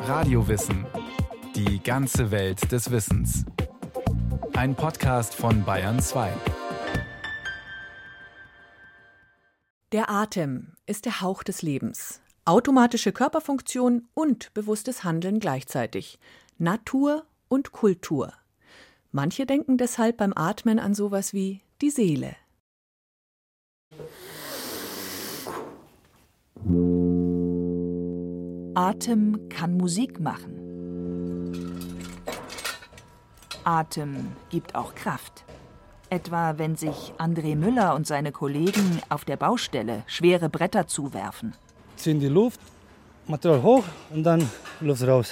Radiowissen. Die ganze Welt des Wissens. Ein Podcast von Bayern 2. Der Atem ist der Hauch des Lebens. Automatische Körperfunktion und bewusstes Handeln gleichzeitig. Natur und Kultur. Manche denken deshalb beim Atmen an sowas wie die Seele. Atem kann Musik machen. Atem gibt auch Kraft. Etwa wenn sich André Müller und seine Kollegen auf der Baustelle schwere Bretter zuwerfen. Ziehen die Luft, Material hoch und dann Luft raus.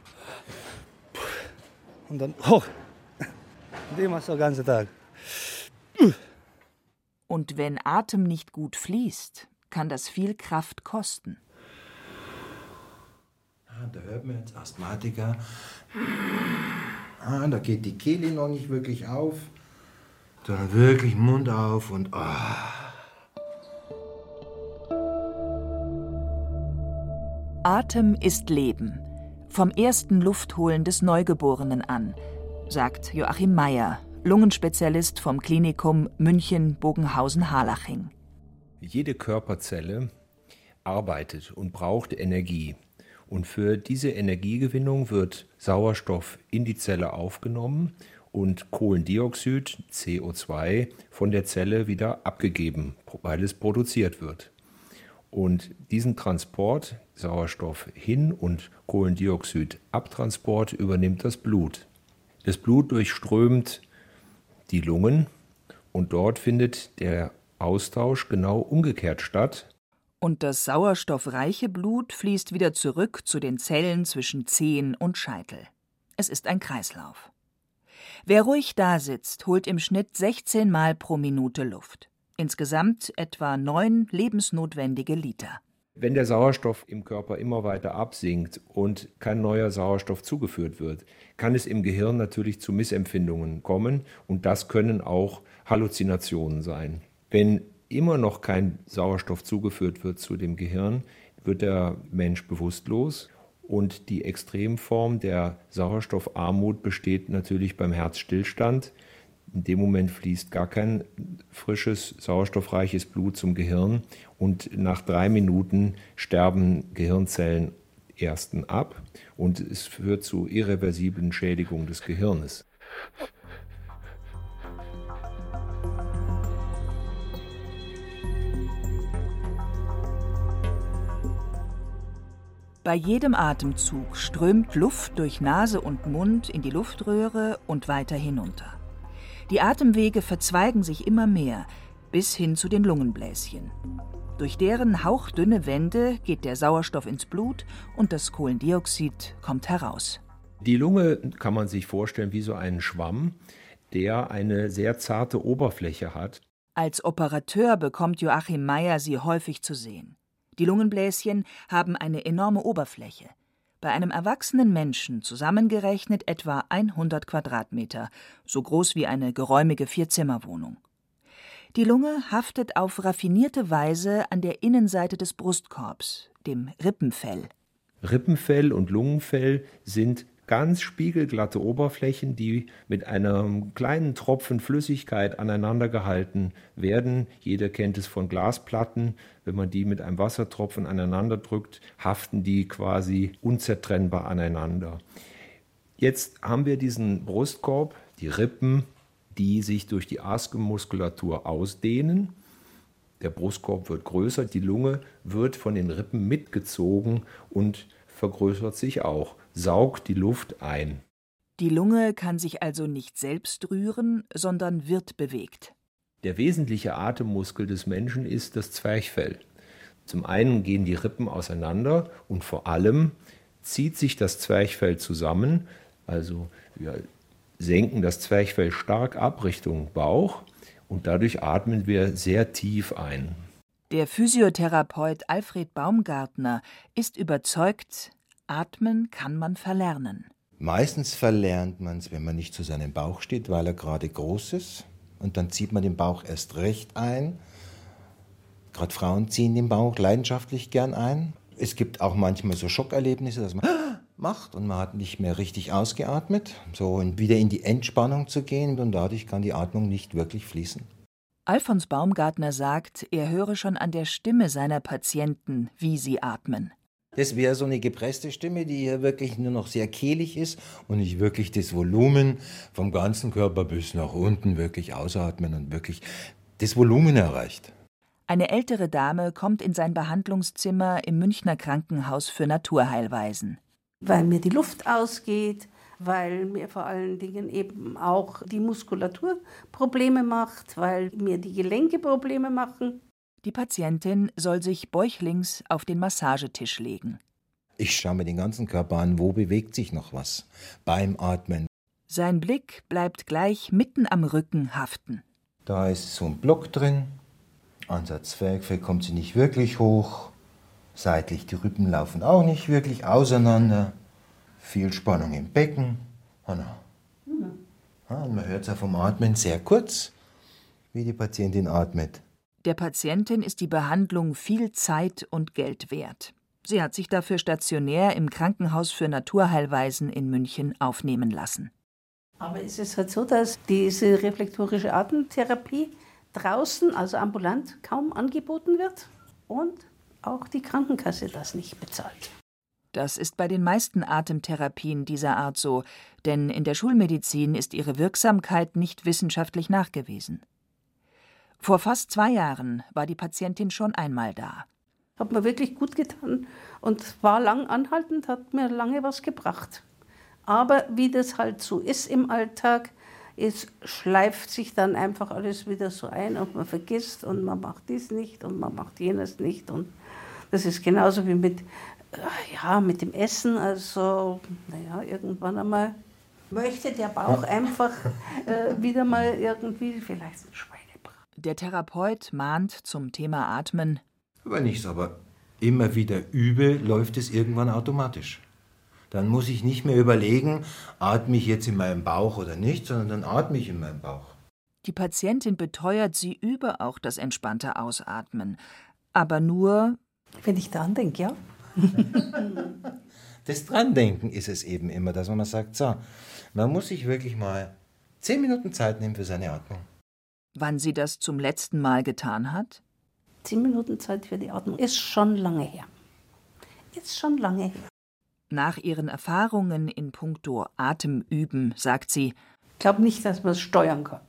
Und dann hoch. Und das machst du den ganzen Tag. Und wenn Atem nicht gut fließt, kann das viel Kraft kosten. Da hört man jetzt Asthmatiker. Da geht die Kehle noch nicht wirklich auf. Sondern wirklich Mund auf und Atem ist Leben. Vom ersten Luftholen des Neugeborenen an, sagt Joachim Meyer, Lungenspezialist vom Klinikum München-Bogenhausen-Harlaching. Jede Körperzelle arbeitet und braucht Energie. Und für diese Energiegewinnung wird Sauerstoff in die Zelle aufgenommen und Kohlendioxid, CO2, von der Zelle wieder abgegeben, weil es produziert wird. Und diesen Transport, Sauerstoff hin und Kohlendioxid-Abtransport, übernimmt das Blut. Das Blut durchströmt die Lungen und dort findet der Austausch genau umgekehrt statt. Und das sauerstoffreiche Blut fließt wieder zurück zu den Zellen zwischen Zehen und Scheitel. Es ist ein Kreislauf. Wer ruhig dasitzt, holt im Schnitt 16 Mal pro Minute Luft. Insgesamt etwa 9 lebensnotwendige Liter. Wenn der Sauerstoff im Körper immer weiter absinkt und kein neuer Sauerstoff zugeführt wird, kann es im Gehirn natürlich zu Missempfindungen kommen und das können auch Halluzinationen sein. Wenn immer noch kein Sauerstoff zugeführt wird zu dem Gehirn, wird der Mensch bewusstlos und die Extremform der Sauerstoffarmut besteht natürlich beim Herzstillstand. In dem Moment fließt gar kein frisches, sauerstoffreiches Blut zum Gehirn und nach 3 Minuten sterben Gehirnzellen ersten ab und es führt zu irreversiblen Schädigungen des Gehirnes. Bei jedem Atemzug strömt Luft durch Nase und Mund in die Luftröhre und weiter hinunter. Die Atemwege verzweigen sich immer mehr, bis hin zu den Lungenbläschen. Durch deren hauchdünne Wände geht der Sauerstoff ins Blut und das Kohlendioxid kommt heraus. Die Lunge kann man sich vorstellen wie so einen Schwamm, der eine sehr zarte Oberfläche hat. Als Operateur bekommt Joachim Meyer sie häufig zu sehen. Die Lungenbläschen haben eine enorme Oberfläche. Bei einem erwachsenen Menschen zusammengerechnet etwa 100 Quadratmeter, so groß wie eine geräumige 4-Zimmer-Wohnung. Die Lunge haftet auf raffinierte Weise an der Innenseite des Brustkorbs, dem Rippenfell. Rippenfell und Lungenfell sind ganz spiegelglatte Oberflächen, die mit einem kleinen Tropfen Flüssigkeit aneinander gehalten werden. Jeder kennt es von Glasplatten. Wenn man die mit einem Wassertropfen aneinander drückt, haften die quasi unzertrennbar aneinander. Jetzt haben wir diesen Brustkorb, die Rippen, die sich durch die Askumuskulatur ausdehnen. Der Brustkorb wird größer, die Lunge wird von den Rippen mitgezogen und vergrößert sich auch, saugt die Luft ein. Die Lunge kann sich also nicht selbst rühren, sondern wird bewegt. Der wesentliche Atemmuskel des Menschen ist das Zwerchfell. Zum einen gehen die Rippen auseinander und vor allem zieht sich das Zwerchfell zusammen. Also wir senken das Zwerchfell stark ab Richtung Bauch und dadurch atmen wir sehr tief ein. Der Physiotherapeut Alfred Baumgartner ist überzeugt, Atmen kann man verlernen. Meistens verlernt man es, wenn man nicht zu seinem Bauch steht, weil er gerade groß ist. Und dann zieht man den Bauch erst recht ein. Gerade Frauen ziehen den Bauch leidenschaftlich gern ein. Es gibt auch manchmal so Schockerlebnisse, dass man macht und man hat nicht mehr richtig ausgeatmet, so und wieder in die Entspannung zu gehen und dadurch kann die Atmung nicht wirklich fließen. Alfons Baumgartner sagt, er höre schon an der Stimme seiner Patienten, wie sie atmen. Das wäre so eine gepresste Stimme, die hier wirklich nur noch sehr kehlig ist und nicht wirklich das Volumen vom ganzen Körper bis nach unten wirklich ausatmen und wirklich das Volumen erreicht. Eine ältere Dame kommt in sein Behandlungszimmer im Münchner Krankenhaus für Naturheilweisen. Weil mir die Luft ausgeht, weil mir vor allen Dingen eben auch die Muskulatur Probleme macht, weil mir die Gelenke Probleme machen. Die Patientin soll sich bäuchlings auf den Massagetisch legen. Ich schaue mir den ganzen Körper an, wo bewegt sich noch was beim Atmen. Sein Blick bleibt gleich mitten am Rücken haften. Da ist so ein Block drin, ansatzfähig kommt sie nicht wirklich hoch, seitlich die Rippen laufen auch nicht wirklich auseinander, viel Spannung im Becken. Ja, und man hört es auch vom Atmen sehr kurz, wie die Patientin atmet. Der Patientin ist die Behandlung viel Zeit und Geld wert. Sie hat sich dafür stationär im Krankenhaus für Naturheilweisen in München aufnehmen lassen. Aber es ist halt so, dass diese reflektorische Atemtherapie draußen, also ambulant, kaum angeboten wird und auch die Krankenkasse das nicht bezahlt. Das ist bei den meisten Atemtherapien dieser Art so, denn in der Schulmedizin ist ihre Wirksamkeit nicht wissenschaftlich nachgewiesen. Vor fast 2 Jahren war die Patientin schon einmal da. Hat mir wirklich gut getan und war lang anhaltend, hat mir lange was gebracht. Aber wie das halt so ist im Alltag, es schleift sich dann einfach alles wieder so ein und man vergisst und man macht dies nicht und man macht jenes nicht. Und das ist genauso wie mit dem Essen. Also, irgendwann einmal möchte der Bauch einfach wieder mal irgendwie vielleicht ein Schweinebraten. Der Therapeut mahnt zum Thema Atmen. Wenn ich es aber immer wieder übe, läuft es irgendwann automatisch. Dann muss ich nicht mehr überlegen, atme ich jetzt in meinem Bauch oder nicht, sondern dann atme ich in meinem Bauch. Die Patientin beteuert, sie übe auch das entspannte Ausatmen. Aber nur, wenn ich daran denke, ja. Das Drandenken ist es eben immer, dass man sagt, so, man muss sich wirklich mal 10 Minuten Zeit nehmen für seine Atmung. Wann sie das zum letzten Mal getan hat? 10 Minuten Zeit für die Atmung ist schon lange her. Nach ihren Erfahrungen in puncto Atemüben sagt sie, ich glaube nicht, dass man es steuern kann.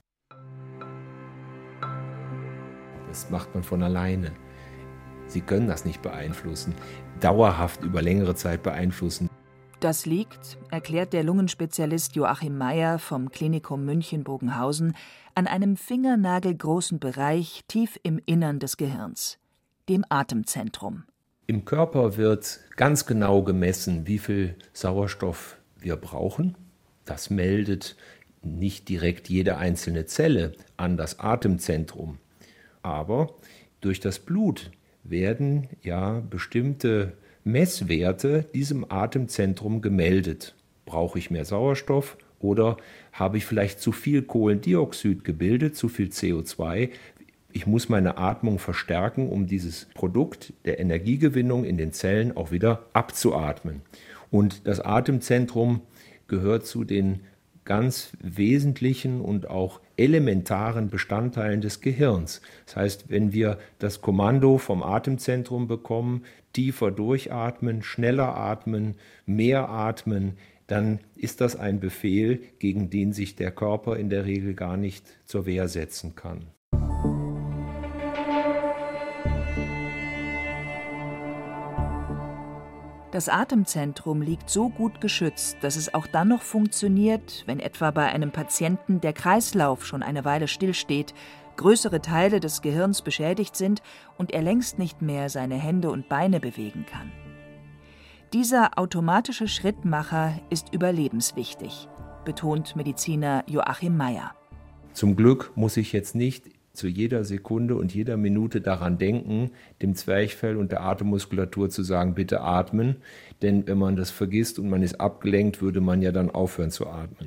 Das macht man von alleine. Sie können das nicht beeinflussen, dauerhaft über längere Zeit beeinflussen. Das liegt, erklärt der Lungenspezialist Joachim Meyer vom Klinikum München-Bogenhausen, an einem fingernagelgroßen Bereich tief im Innern des Gehirns, dem Atemzentrum. Im Körper wird ganz genau gemessen, wie viel Sauerstoff wir brauchen. Das meldet nicht direkt jede einzelne Zelle an das Atemzentrum. Aber durch das Blut werden ja bestimmte Messwerte diesem Atemzentrum gemeldet. Brauche ich mehr Sauerstoff oder habe ich vielleicht zu viel Kohlendioxid gebildet, zu viel CO2? Ich muss meine Atmung verstärken, um dieses Produkt der Energiegewinnung in den Zellen auch wieder abzuatmen. Und das Atemzentrum gehört zu den ganz wesentlichen und auch elementaren Bestandteilen des Gehirns. Das heißt, wenn wir das Kommando vom Atemzentrum bekommen, tiefer durchatmen, schneller atmen, mehr atmen, dann ist das ein Befehl, gegen den sich der Körper in der Regel gar nicht zur Wehr setzen kann. Das Atemzentrum liegt so gut geschützt, dass es auch dann noch funktioniert, wenn etwa bei einem Patienten der Kreislauf schon eine Weile stillsteht, größere Teile des Gehirns beschädigt sind und er längst nicht mehr seine Hände und Beine bewegen kann. Dieser automatische Schrittmacher ist überlebenswichtig, betont Mediziner Joachim Meyer. Zum Glück muss ich jetzt nicht zu jeder Sekunde und jeder Minute daran denken, dem Zwerchfell und der Atemmuskulatur zu sagen, bitte atmen. Denn wenn man das vergisst und man ist abgelenkt, würde man ja dann aufhören zu atmen.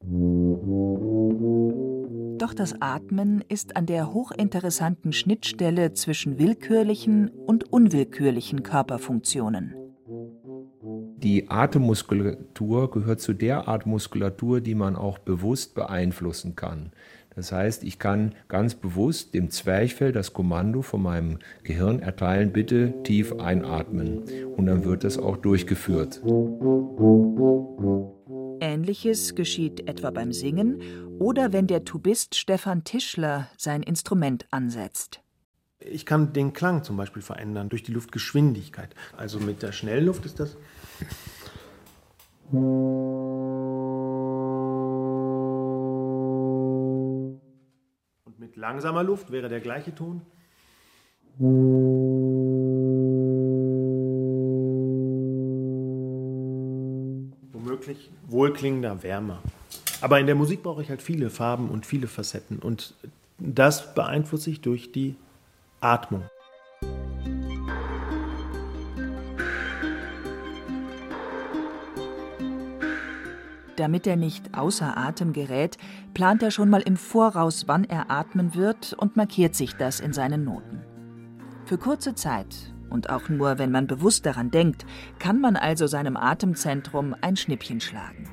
Doch das Atmen ist an der hochinteressanten Schnittstelle zwischen willkürlichen und unwillkürlichen Körperfunktionen. die Atemmuskulatur gehört zu der Art Muskulatur, die man auch bewusst beeinflussen kann. Das heißt, ich kann ganz bewusst dem Zwerchfell das Kommando von meinem Gehirn erteilen, bitte tief einatmen. Und dann wird das auch durchgeführt. Ähnliches geschieht etwa beim Singen oder wenn der Tubist Stefan Tischler sein Instrument ansetzt. Ich kann den Klang zum Beispiel verändern durch die Luftgeschwindigkeit. Also mit der Schnellluft ist das. Und mit langsamer Luft wäre der gleiche Ton. Womöglich wohlklingender, wärmer. Aber in der Musik brauche ich halt viele Farben und viele Facetten. Und das beeinflusst sich durch die Atmung. Damit er nicht außer Atem gerät, plant er schon mal im Voraus, wann er atmen wird und markiert sich das in seinen Noten. Für kurze Zeit, und auch nur, wenn man bewusst daran denkt, kann man also seinem Atemzentrum ein Schnippchen schlagen.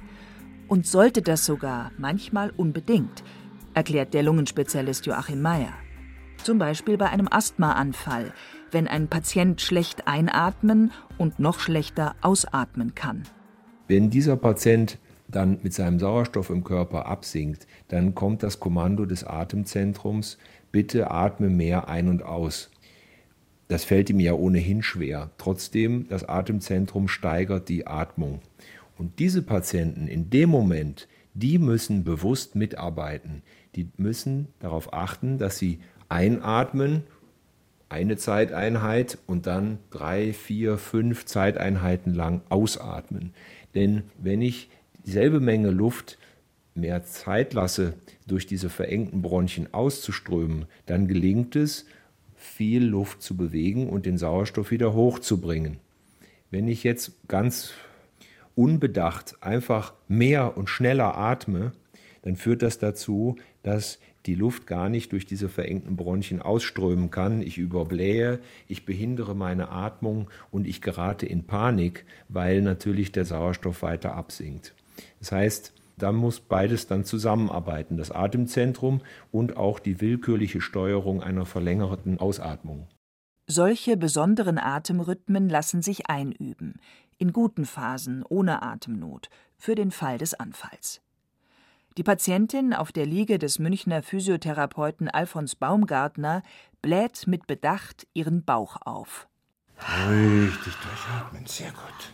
Und sollte das sogar manchmal unbedingt, erklärt der Lungenspezialist Joachim Meyer. Zum Beispiel bei einem Asthmaanfall, wenn ein Patient schlecht einatmen und noch schlechter ausatmen kann. Wenn dieser Patient dann mit seinem Sauerstoff im Körper absinkt, dann kommt das Kommando des Atemzentrums, bitte atme mehr ein und aus. Das fällt ihm ja ohnehin schwer. Trotzdem, das Atemzentrum steigert die Atmung. Und diese Patienten in dem Moment, die müssen bewusst mitarbeiten. Die müssen darauf achten, dass sie einatmen, eine Zeiteinheit und dann 3, 4, 5 Zeiteinheiten lang ausatmen. Denn wenn ich dieselbe Menge Luft mehr Zeit lasse, durch diese verengten Bronchien auszuströmen, dann gelingt es, viel Luft zu bewegen und den Sauerstoff wieder hochzubringen. Wenn ich jetzt ganz unbedacht einfach mehr und schneller atme, dann führt das dazu, dass die Luft gar nicht durch diese verengten Bronchien ausströmen kann. Ich überblähe, ich behindere meine Atmung und ich gerate in Panik, weil natürlich der Sauerstoff weiter absinkt. Das heißt, da muss beides dann zusammenarbeiten, das Atemzentrum und auch die willkürliche Steuerung einer verlängerten Ausatmung. Solche besonderen Atemrhythmen lassen sich einüben, in guten Phasen ohne Atemnot, für den Fall des Anfalls. Die Patientin auf der Liege des Münchner Physiotherapeuten Alfons Baumgartner bläht mit Bedacht ihren Bauch auf. Richtig durchatmen, sehr gut.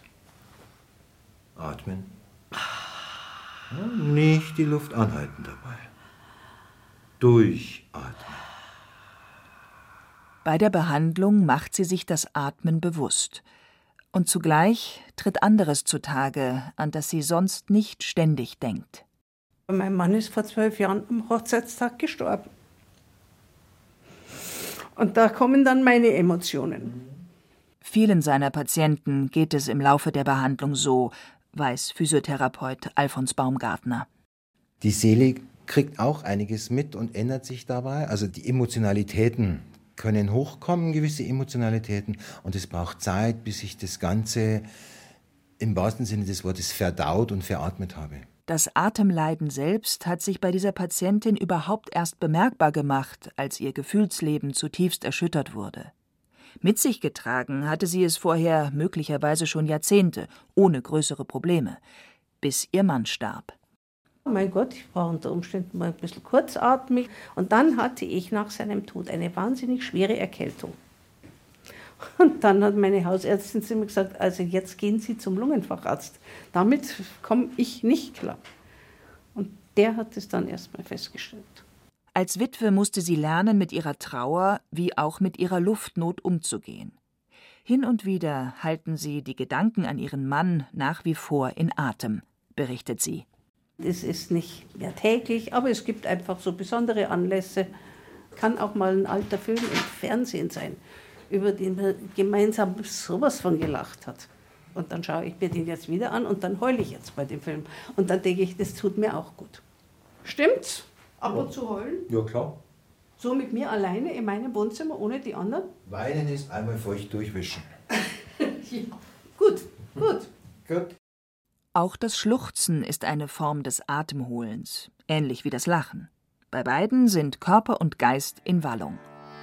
Atmen. Nicht die Luft anhalten dabei. Durchatmen. Bei der Behandlung macht sie sich das Atmen bewusst. Und zugleich tritt anderes zutage, an das sie sonst nicht ständig denkt. Mein Mann ist vor 12 Jahren am Hochzeitstag gestorben. Und da kommen dann meine Emotionen. Vielen seiner Patienten geht es im Laufe der Behandlung so, weiß Physiotherapeut Alfons Baumgartner. Die Seele kriegt auch einiges mit und ändert sich dabei. Also die Emotionalitäten können hochkommen, gewisse Emotionalitäten. Und es braucht Zeit, bis ich das Ganze im wahrsten Sinne des Wortes verdaut und veratmet habe. Das Atemleiden selbst hat sich bei dieser Patientin überhaupt erst bemerkbar gemacht, als ihr Gefühlsleben zutiefst erschüttert wurde. Mit sich getragen hatte sie es vorher möglicherweise schon Jahrzehnte, ohne größere Probleme, bis ihr Mann starb. Oh mein Gott, ich war unter Umständen mal ein bisschen kurzatmig. Und dann hatte ich nach seinem Tod eine wahnsinnig schwere Erkältung. Und dann hat meine Hausärztin zu mir gesagt, also jetzt gehen Sie zum Lungenfacharzt. Damit komme ich nicht klar. Und der hat es dann erst mal festgestellt. Als Witwe musste sie lernen, mit ihrer Trauer wie auch mit ihrer Luftnot umzugehen. Hin und wieder halten sie die Gedanken an ihren Mann nach wie vor in Atem, berichtet sie. Es ist nicht mehr täglich, aber es gibt einfach so besondere Anlässe. Kann auch mal ein alter Film im Fernsehen sein, über den man gemeinsam sowas von gelacht hat. Und dann schaue ich mir den jetzt wieder an und dann heule ich jetzt bei dem Film. Und dann denke ich, das tut mir auch gut. Stimmt's? Ab und zu heulen? Ja, klar. So mit mir alleine in meinem Wohnzimmer, ohne die anderen? Weinen ist einmal feucht durchwischen. Ja, gut. Gut. Auch das Schluchzen ist eine Form des Atemholens, ähnlich wie das Lachen. Bei beiden sind Körper und Geist in Wallung.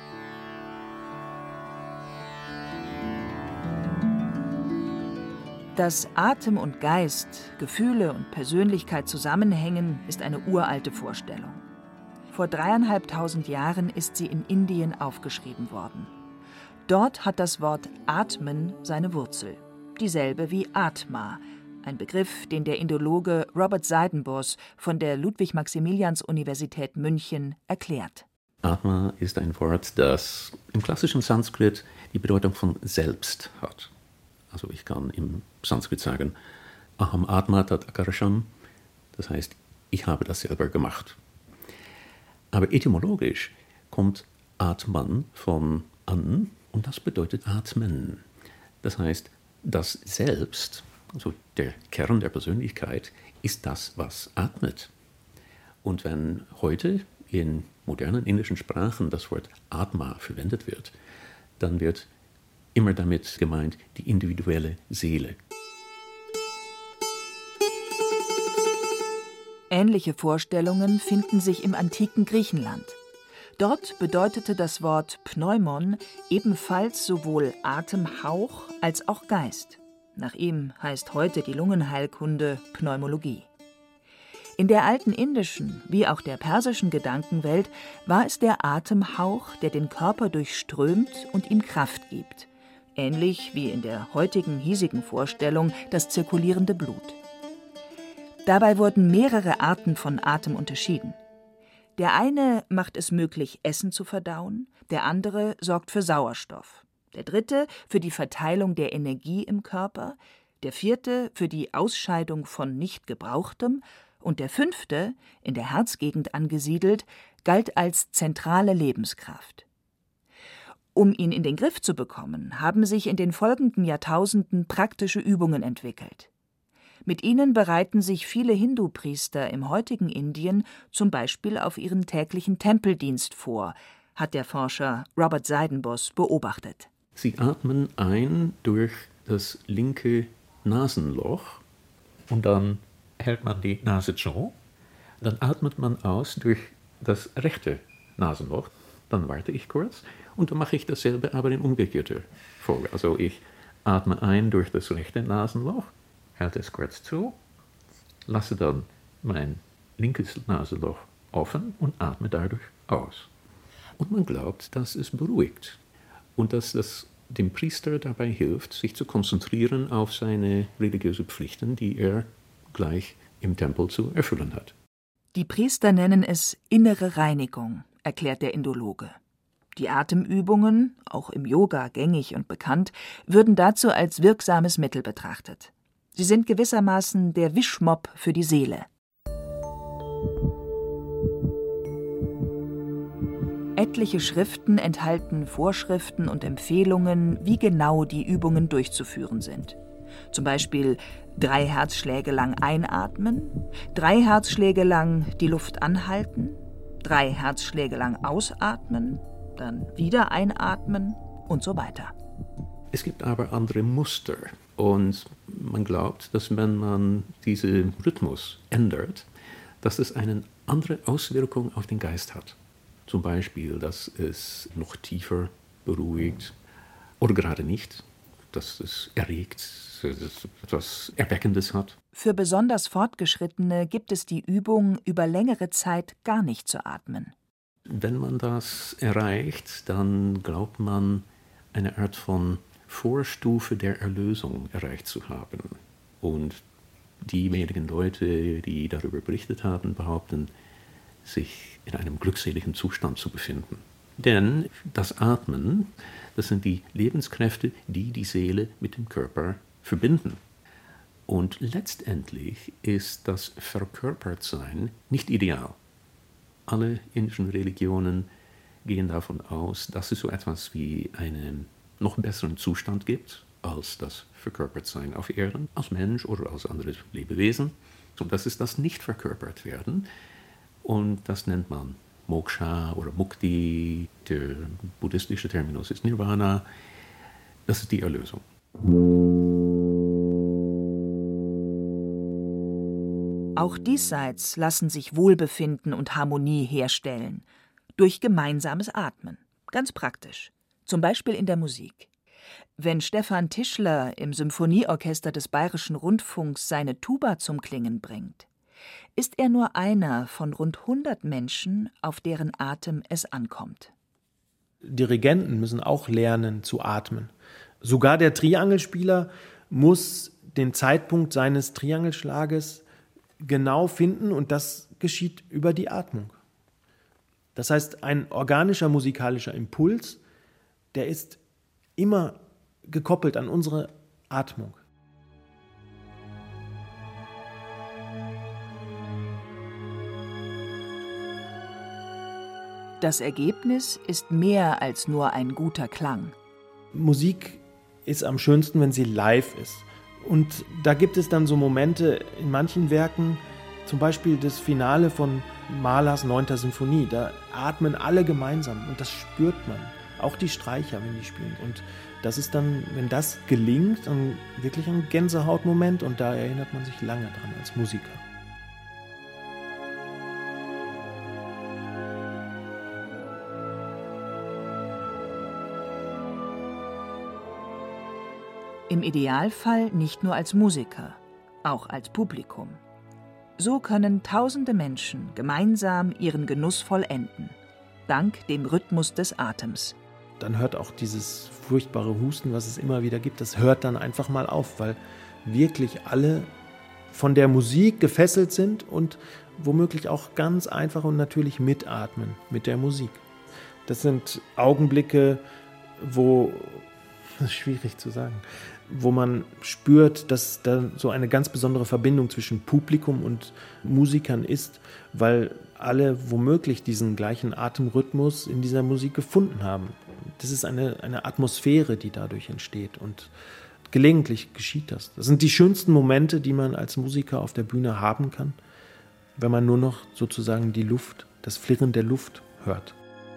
Dass Atem und Geist, Gefühle und Persönlichkeit zusammenhängen, ist eine uralte Vorstellung. Vor 3.500 Jahren ist sie in Indien aufgeschrieben worden. Dort hat das Wort Atmen seine Wurzel, dieselbe wie Atma, ein Begriff, den der Indologe Robert Seidenbos von der Ludwig-Maximilians-Universität München erklärt. Atma ist ein Wort, das im klassischen Sanskrit die Bedeutung von selbst hat. Also ich kann im Sanskrit sagen, Aham Atma tat akarasham, das heißt, ich habe das selber gemacht. Aber etymologisch kommt Atman von an und das bedeutet atmen. Das heißt, das Selbst, also der Kern der Persönlichkeit, ist das, was atmet. Und wenn heute in modernen indischen Sprachen das Wort Atma verwendet wird, dann wird immer damit gemeint die individuelle Seele. Ähnliche Vorstellungen finden sich im antiken Griechenland. Dort bedeutete das Wort Pneumon ebenfalls sowohl Atemhauch als auch Geist. Nach ihm heißt heute die Lungenheilkunde Pneumologie. In der alten indischen wie auch der persischen Gedankenwelt war es der Atemhauch, der den Körper durchströmt und ihm Kraft gibt. Ähnlich wie in der heutigen hiesigen Vorstellung das zirkulierende Blut. Dabei wurden mehrere Arten von Atem unterschieden. Der eine macht es möglich, Essen zu verdauen, der andere sorgt für Sauerstoff, der dritte für die Verteilung der Energie im Körper, der vierte für die Ausscheidung von nicht Gebrauchtem und der fünfte, in der Herzgegend angesiedelt, galt als zentrale Lebenskraft. Um ihn in den Griff zu bekommen, haben sich in den folgenden Jahrtausenden praktische Übungen entwickelt. Mit ihnen bereiten sich viele Hindu-Priester im heutigen Indien zum Beispiel auf ihren täglichen Tempeldienst vor, hat der Forscher Robert Seidenbos beobachtet. Sie atmen ein durch das linke Nasenloch und dann hält man die Nase zu. Dann atmet man aus durch das rechte Nasenloch. Dann warte ich kurz und dann mache ich dasselbe, aber in umgekehrter Folge. Also ich atme ein durch das rechte Nasenloch, halte es kurz zu, lasse dann mein linkes Nasenloch offen und atme dadurch aus. Und man glaubt, dass es beruhigt und dass das dem Priester dabei hilft, sich zu konzentrieren auf seine religiösen Pflichten, die er gleich im Tempel zu erfüllen hat. Die Priester nennen es innere Reinigung, erklärt der Indologe. Die Atemübungen, auch im Yoga gängig und bekannt, würden dazu als wirksames Mittel betrachtet. Sie sind gewissermaßen der Wischmopp für die Seele. Etliche Schriften enthalten Vorschriften und Empfehlungen, wie genau die Übungen durchzuführen sind. Zum Beispiel 3 Herzschläge lang einatmen, 3 Herzschläge lang die Luft anhalten, 3 Herzschläge lang ausatmen, dann wieder einatmen und so weiter. Es gibt aber andere Muster und man glaubt, dass wenn man diesen Rhythmus ändert, dass es eine andere Auswirkung auf den Geist hat. Zum Beispiel, dass es noch tiefer beruhigt oder gerade nicht, dass es erregt, dass es etwas Erweckendes hat. Für besonders Fortgeschrittene gibt es die Übung, über längere Zeit gar nicht zu atmen. Wenn man das erreicht, dann glaubt man, eine Art von Vorstufe der Erlösung erreicht zu haben. Und die wenigen Leute, die darüber berichtet haben, behaupten, sich in einem glückseligen Zustand zu befinden. Denn das Atmen, das sind die Lebenskräfte, die die Seele mit dem Körper verbinden. Und letztendlich ist das Verkörpertsein nicht ideal. Alle indischen Religionen gehen davon aus, dass es so etwas wie einen noch besseren Zustand gibt als das Verkörpertsein auf Erden, als Mensch oder als anderes Lebewesen. Und das ist das Nicht-Verkörpert-Werden. Und das nennt man Moksha oder Mukti. Der buddhistische Terminus ist Nirvana. Das ist die Erlösung. Auch diesseits lassen sich Wohlbefinden und Harmonie herstellen. Durch gemeinsames Atmen. Ganz praktisch. Zum Beispiel in der Musik. Wenn Stefan Tischler im Symphonieorchester des Bayerischen Rundfunks seine Tuba zum Klingen bringt, ist er nur einer von rund 100 Menschen, auf deren Atem es ankommt. Dirigenten müssen auch lernen zu atmen. Sogar der Triangelspieler muss den Zeitpunkt seines Triangelschlages genau finden und das geschieht über die Atmung. Das heißt, ein organischer musikalischer Impuls, der ist immer gekoppelt an unsere Atmung. Das Ergebnis ist mehr als nur ein guter Klang. Musik ist am schönsten, wenn sie live ist. Und da gibt es dann so Momente in manchen Werken, zum Beispiel das Finale von Mahlers 9. Symphonie. Da atmen alle gemeinsam und das spürt man. Auch die Streicher, wenn die spielen. Und das ist dann, wenn das gelingt, dann wirklich ein Gänsehautmoment und da erinnert man sich lange dran als Musiker. Im Idealfall nicht nur als Musiker, auch als Publikum. So können tausende Menschen gemeinsam ihren Genuss vollenden, dank dem Rhythmus des Atems. Dann hört auch dieses furchtbare Husten, was es immer wieder gibt, das hört dann einfach mal auf, weil wirklich alle von der Musik gefesselt sind und womöglich auch ganz einfach und natürlich mitatmen mit der Musik. Das sind Augenblicke, das ist schwierig zu sagen, wo man spürt, dass da so eine ganz besondere Verbindung zwischen Publikum und Musikern ist, weil alle womöglich diesen gleichen Atemrhythmus in dieser Musik gefunden haben. Das ist eine Atmosphäre, die dadurch entsteht und gelegentlich geschieht das. Das sind die schönsten Momente, die man als Musiker auf der Bühne haben kann, wenn man nur noch sozusagen die Luft, das Flirren der Luft hört.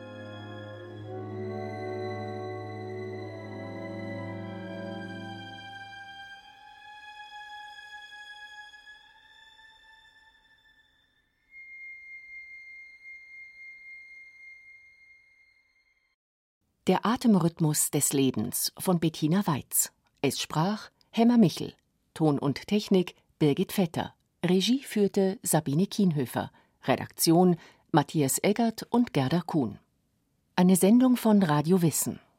Der Atemrhythmus des Lebens von Bettina Weiz. Es sprach Hemmer Michel. Ton und Technik Birgit Vetter. Regie führte Sabine Kienhöfer. Redaktion Matthias Eggert und Gerda Kuhn. Eine Sendung von Radio Wissen.